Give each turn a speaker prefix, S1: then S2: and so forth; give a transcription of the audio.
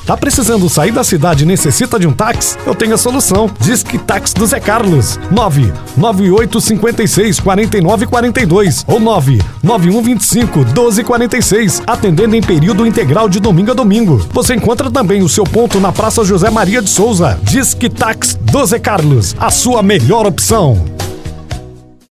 S1: Tá precisando sair da cidade e necessita de um táxi? Eu tenho a solução. Disque Táxi do Zé Carlos. 99856-4942 ou 99125-1246. Atendendo em período integral de domingo a domingo. Você encontra também o seu ponto na Praça José Maria de Souza. Disque Táxi do Zé Carlos. A sua melhor opção.